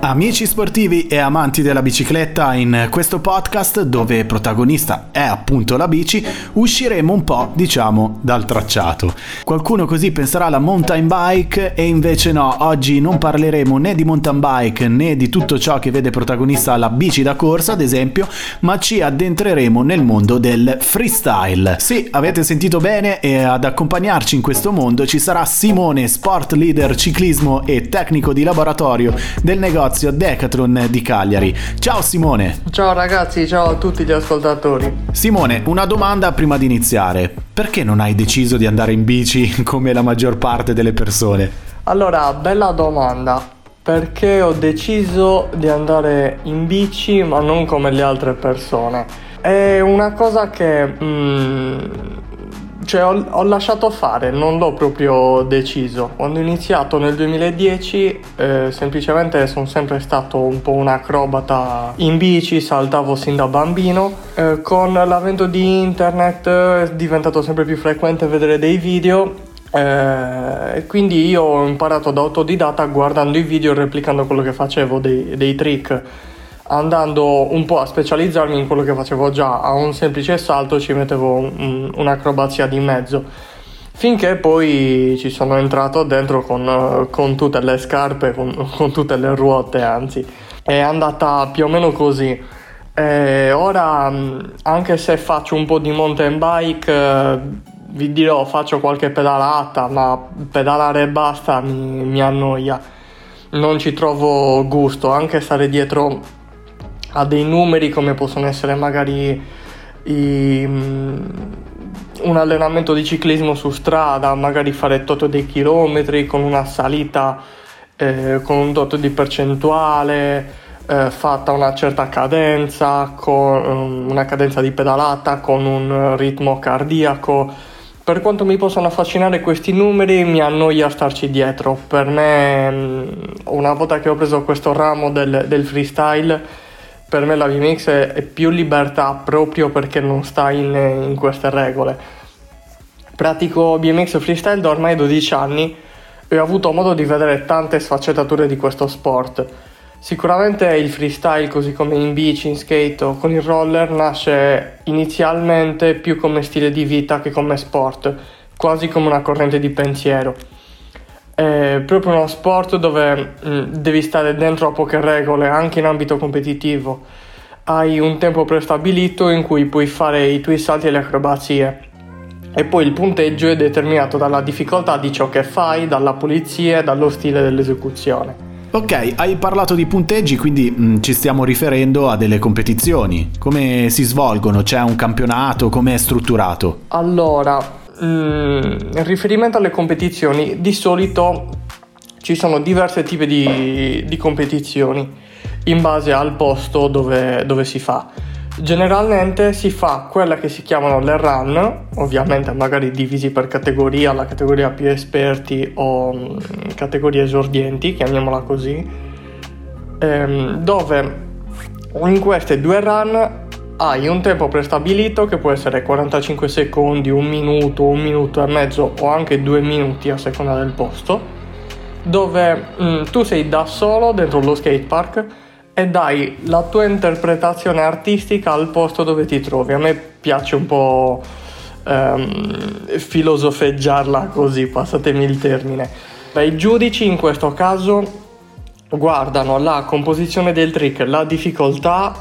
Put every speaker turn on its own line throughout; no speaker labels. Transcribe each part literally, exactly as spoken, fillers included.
Amici sportivi e amanti della bicicletta, in questo podcast, dove protagonista è appunto la bici, usciremo un po', diciamo, dal tracciato. Qualcuno così penserà alla mountain bike e invece no, oggi non parleremo né di mountain bike né di tutto ciò che vede protagonista la bici da corsa, ad esempio, ma ci addentreremo nel mondo del freestyle. Sì, avete sentito bene, e ad accompagnarci in questo mondo ci sarà Simone, sport leader ciclismo e tecnico di laboratorio del negozio Decathlon di Cagliari. Ciao Simone.
Ciao ragazzi, ciao a tutti gli ascoltatori.
Simone, una domanda prima di iniziare: perché non hai deciso di andare in bici come la maggior parte delle persone?
Allora, bella domanda. Perché ho deciso di andare in bici ma non come le altre persone? È una cosa che mm, cioè ho, ho lasciato fare, non l'ho proprio deciso. Quando ho iniziato nel duemiladieci eh, semplicemente sono sempre stato un po' un acrobata in bici, saltavo sin da bambino. Eh, con l'avvento di internet è diventato sempre più frequente vedere dei video e eh, quindi io ho imparato da autodidatta guardando i video e replicando quello che facevo, dei, dei trick, andando un po' a specializzarmi in quello che facevo già. A un semplice salto ci mettevo un, un'acrobazia di mezzo, finché poi ci sono entrato dentro con, con tutte le scarpe, con, con tutte le ruote, anzi è andata più o meno così. E ora, anche se faccio un po' di mountain bike, vi dirò, faccio qualche pedalata, ma pedalare e basta mi, mi annoia, non ci trovo gusto. Anche stare dietro a dei numeri come possono essere magari i, un allenamento di ciclismo su strada, magari fare tot dei chilometri con una salita eh, con un tot di percentuale eh, fatta a una certa cadenza, con um, una cadenza di pedalata, con un ritmo cardiaco. Per quanto mi possano affascinare questi numeri, mi annoia starci dietro. Per me, una volta che ho preso questo ramo del, del freestyle, per me la B M X è, è più libertà, proprio perché non sta in, in queste regole. Pratico B M X freestyle da ormai dodici anni e ho avuto modo di vedere tante sfaccettature di questo sport. Sicuramente il freestyle, così come in bici, in skate o con il roller, nasce inizialmente più come stile di vita che come sport, quasi come una corrente di pensiero. È proprio uno sport dove mh, devi stare dentro a poche regole, anche in ambito competitivo. Hai un tempo prestabilito in cui puoi fare i tuoi salti e le acrobazie, e poi il punteggio è determinato dalla difficoltà di ciò che fai, dalla pulizia e dallo stile dell'esecuzione.
Ok, hai parlato di punteggi, quindi mh, ci stiamo riferendo a delle competizioni. Come si svolgono? C'è un campionato? Come è strutturato?
Allora, in riferimento alle competizioni, di solito ci sono diversi tipi di, di competizioni in base al posto dove, dove si fa. Generalmente si fa quella che si chiamano le run, ovviamente magari divisi per categoria, la categoria più esperti o mh, categorie esordienti, chiamiamola così, ehm, dove in queste due run hai un tempo prestabilito che può essere quarantacinque secondi, un minuto, un minuto e mezzo o anche due minuti a seconda del posto, dove mh, tu sei da solo dentro lo skatepark e dai la tua interpretazione artistica al posto dove ti trovi. A me piace un po' ehm, filosofeggiarla così, passatemi il termine. Beh, i giudici in questo caso guardano la composizione del trick, la difficoltà,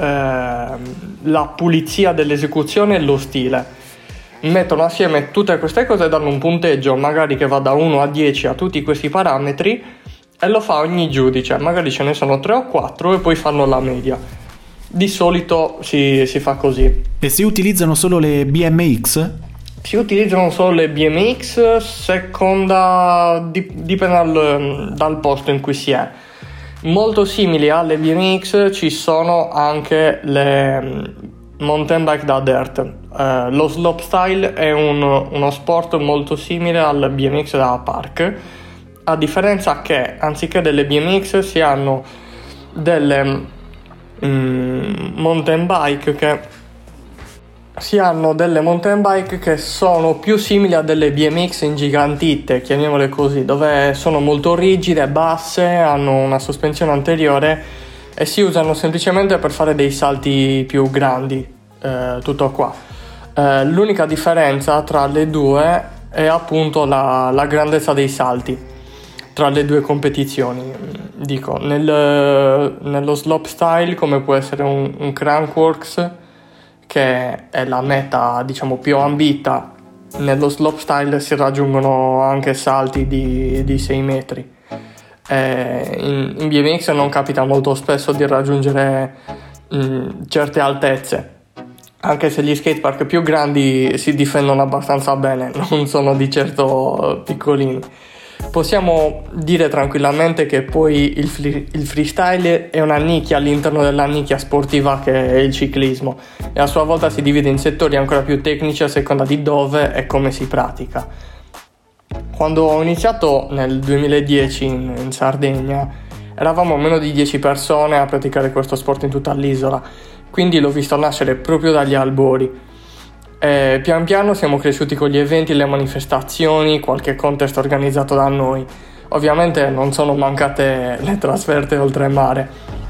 la pulizia dell'esecuzione e lo stile. Mettono assieme tutte queste cose e danno un punteggio magari che va da uno a dieci a tutti questi parametri, e lo fa ogni giudice. Magari ce ne sono tre o quattro e poi fanno la media. Di solito si, si fa così.
E si utilizzano solo le B M X?
Si utilizzano solo le B M X, seconda dipende dal, dal posto in cui si è. Molto simili alle B M X ci sono anche le mountain bike da dirt. Eh, lo slopestyle è un, uno sport molto simile al B M X da park, a differenza che anziché delle B M X si hanno delle mm, mountain bike che si hanno delle mountain bike che sono più simili a delle B M X ingigantite, chiamiamole così, dove sono molto rigide, basse, hanno una sospensione anteriore e si usano semplicemente per fare dei salti più grandi, eh, tutto qua. Eh, l'unica differenza tra le due è appunto la, la grandezza dei salti tra le due competizioni. Dico, nel, nello slopestyle, come può essere un, un Crankworx, che è la meta diciamo più ambita, nello slopestyle si raggiungono anche salti di, di sei metri. Eh, in, in B M X non capita molto spesso di raggiungere mh, certe altezze, anche se gli skatepark più grandi si difendono abbastanza bene, non sono di certo piccolini. Possiamo dire tranquillamente che poi il, free, il freestyle è una nicchia all'interno della nicchia sportiva che è il ciclismo, e a sua volta si divide in settori ancora più tecnici a seconda di dove e come si pratica. Quando ho iniziato nel duemiladieci in, in Sardegna eravamo meno di dieci persone a praticare questo sport in tutta l'isola, quindi l'ho visto nascere proprio dagli albori. E pian piano siamo cresciuti con gli eventi, le manifestazioni, qualche contest organizzato da noi. Ovviamente non sono mancate le trasferte oltremare.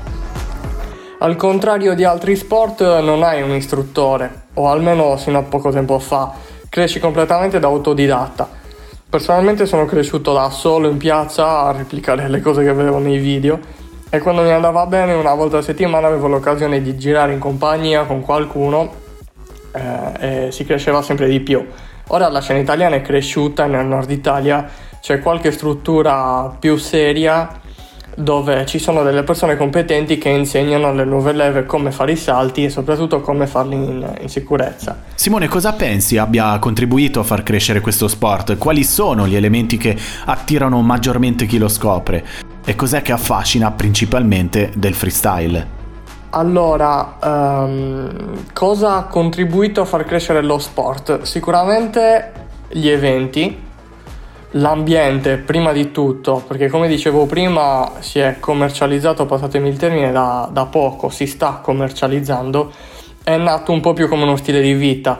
Al contrario di altri sport non hai un istruttore, o almeno sino a poco tempo fa, cresci completamente da autodidatta. Personalmente sono cresciuto da solo in piazza a replicare le cose che vedevo nei video, e quando mi andava bene una volta a settimana avevo l'occasione di girare in compagnia con qualcuno eh, e si cresceva sempre di più. Ora la scena italiana è cresciuta, nel nord Italia c'è qualche struttura più seria dove ci sono delle persone competenti che insegnano alle nuove leve come fare i salti e soprattutto come farli in, in sicurezza.
Simone, cosa pensi abbia contribuito a far crescere questo sport? Quali sono gli elementi che attirano maggiormente chi lo scopre? E cos'è che affascina principalmente del freestyle?
Allora, um, cosa ha contribuito a far crescere lo sport? Sicuramente gli eventi, l'ambiente prima di tutto, perché come dicevo prima si è commercializzato, passatemi il termine, da, da poco, si sta commercializzando, è nato un po' più come uno stile di vita,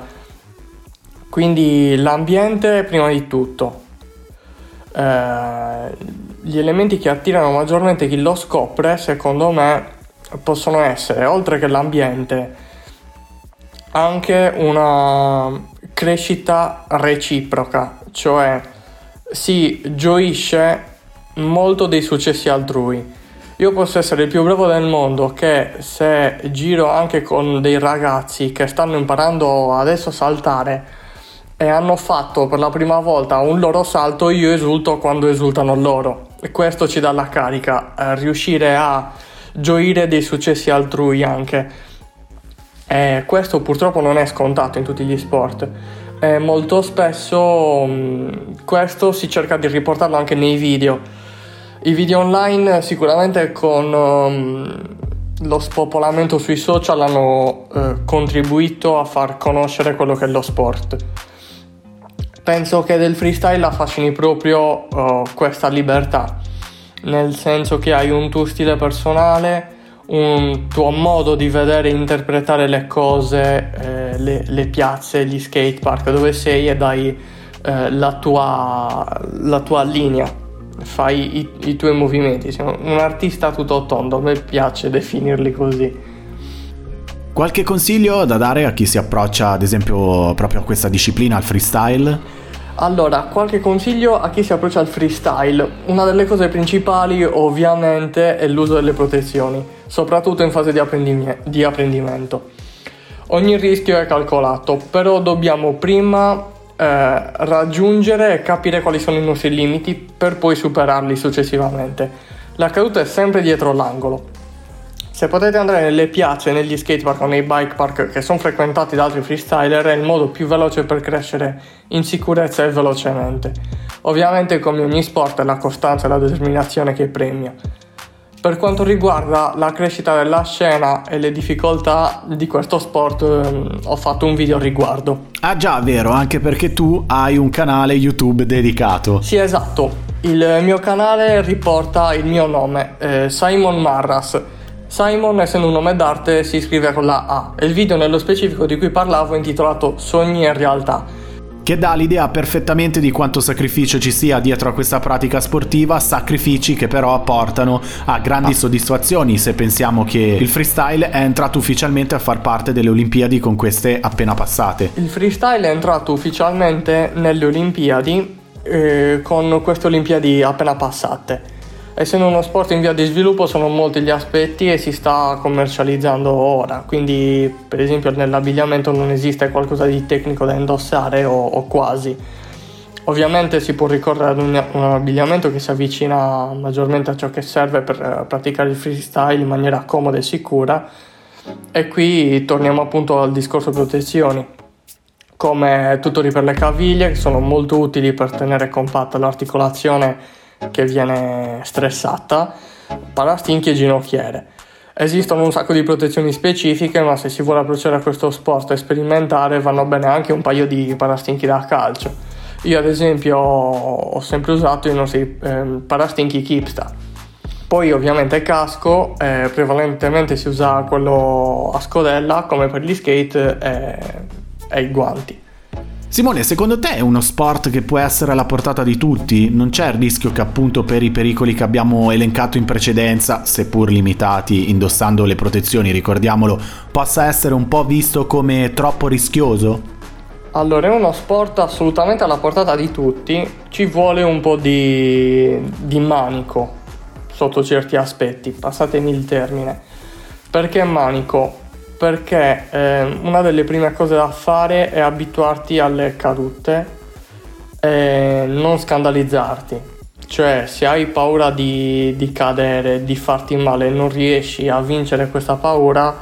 quindi l'ambiente prima di tutto. Eh, gli elementi che attirano maggiormente chi lo scopre, secondo me, possono essere, oltre che l'ambiente, anche una crescita reciproca, cioè si gioisce molto dei successi altrui. Io posso essere il più bravo del mondo che, se giro anche con dei ragazzi che stanno imparando adesso a saltare e hanno fatto per la prima volta un loro salto, io esulto quando esultano loro, e questo ci dà la carica, eh, riuscire a gioire dei successi altrui anche. E questo purtroppo non è scontato in tutti gli sport. E molto spesso mh, questo si cerca di riportarlo anche nei video. I video online sicuramente con um, lo spopolamento sui social hanno eh, contribuito a far conoscere quello che è lo sport. Penso che del freestyle affascini proprio uh, questa libertà, nel senso che hai un tuo stile personale, un tuo modo di vedere e interpretare le cose, eh, le, le piazze, gli skatepark dove sei, e dai eh, la tua la tua linea, fai i, i tuoi movimenti. Sei un artista tutto tondo, a me piace definirli così.
Qualche consiglio da dare a chi si approccia ad esempio proprio a questa disciplina, al freestyle?
Allora, qualche consiglio a chi si approccia al freestyle. Una delle cose principali ovviamente è l'uso delle protezioni, soprattutto in fase di, apprendime- di apprendimento. Ogni rischio è calcolato, però dobbiamo prima eh, raggiungere e capire quali sono i nostri limiti per poi superarli successivamente. La caduta è sempre dietro l'angolo. Se potete andare nelle piazze, negli skatepark o nei bike park che sono frequentati da altri freestyler, è il modo più veloce per crescere in sicurezza e velocemente. Ovviamente, come ogni sport, è la costanza e la determinazione che premia. Per quanto riguarda la crescita della scena e le difficoltà di questo sport, ehm, ho fatto un video al riguardo.
Ah già, vero, anche perché tu hai un canale YouTube dedicato.
Sì, esatto. Il mio canale riporta il mio nome, eh, Simon Marras. Simon, essendo un nome d'arte, si scrive con la A e il video nello specifico di cui parlavo è intitolato Sogni e realtà,
che dà l'idea perfettamente di quanto sacrificio ci sia dietro a questa pratica sportiva, sacrifici che però portano a grandi ah. soddisfazioni, se pensiamo che il freestyle è entrato ufficialmente a far parte delle Olimpiadi con queste appena passate.
Il freestyle è entrato ufficialmente nelle Olimpiadi eh, con queste Olimpiadi appena passate. Essendo uno sport in via di sviluppo sono molti gli aspetti e si sta commercializzando ora, quindi per esempio nell'abbigliamento non esiste qualcosa di tecnico da indossare o, o quasi. Ovviamente si può ricorrere ad un, un abbigliamento che si avvicina maggiormente a ciò che serve per praticare il freestyle in maniera comoda e sicura, e qui torniamo appunto al discorso protezioni, come tutori per le caviglie, che sono molto utili per tenere compatta l'articolazione che viene stressata, parastinchi e ginocchiere. Esistono un sacco di protezioni specifiche, ma se si vuole approcciare a questo sport e sperimentare vanno bene anche un paio di parastinchi da calcio. Io ad esempio ho sempre usato i nostri eh, parastinchi Kipsta. Poi ovviamente casco, eh, prevalentemente si usa quello a scodella come per gli skate e, e i guanti.
Simone, secondo te è uno sport che può essere alla portata di tutti? Non c'è il rischio che appunto per i pericoli che abbiamo elencato in precedenza, seppur limitati indossando le protezioni, ricordiamolo, possa essere un po' visto come troppo rischioso?
Allora, è uno sport assolutamente alla portata di tutti, ci vuole un po' di, di manico sotto certi aspetti, passatemi il termine. Perché manico? Perché eh, una delle prime cose da fare è abituarti alle cadute e non scandalizzarti. Cioè, se hai paura di, di cadere, di farti male e non riesci a vincere questa paura,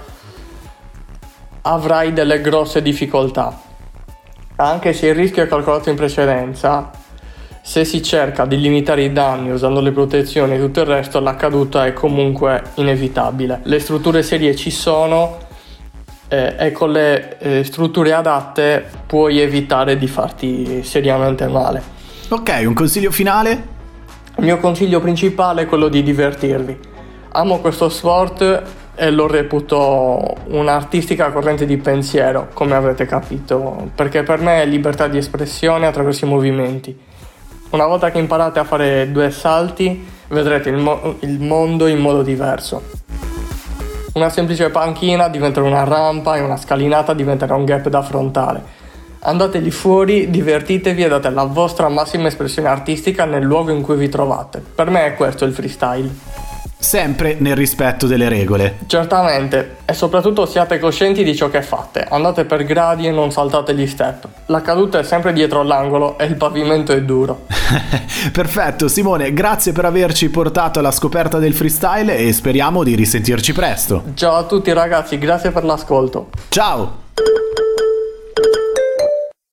avrai delle grosse difficoltà. Anche se il rischio è calcolato in precedenza, se si cerca di limitare i danni usando le protezioni e tutto il resto, la caduta è comunque inevitabile. Le strutture serie ci sono, Eh, e con le eh, strutture adatte puoi evitare di farti seriamente male.
Ok, un consiglio finale?
Il mio consiglio principale è quello di divertirvi. Amo questo sport e lo reputo un'artistica corrente di pensiero, come avrete capito, perché per me è libertà di espressione attraverso i movimenti. Una volta che imparate a fare due salti, vedrete il, mo- il mondo in modo diverso. Una semplice panchina diventerà una rampa e una scalinata diventerà un gap da affrontare. Andate lì fuori, divertitevi e date la vostra massima espressione artistica nel luogo in cui vi trovate. Per me è questo il freestyle.
Sempre nel rispetto delle regole.
Certamente, e soprattutto siate coscienti di ciò che fate. Andate per gradi e non saltate gli step. La caduta è sempre dietro l'angolo e il pavimento è duro.
Perfetto, Simone, grazie per averci portato alla scoperta del freestyle e speriamo di risentirci presto.
Ciao a tutti ragazzi, grazie per l'ascolto.
Ciao!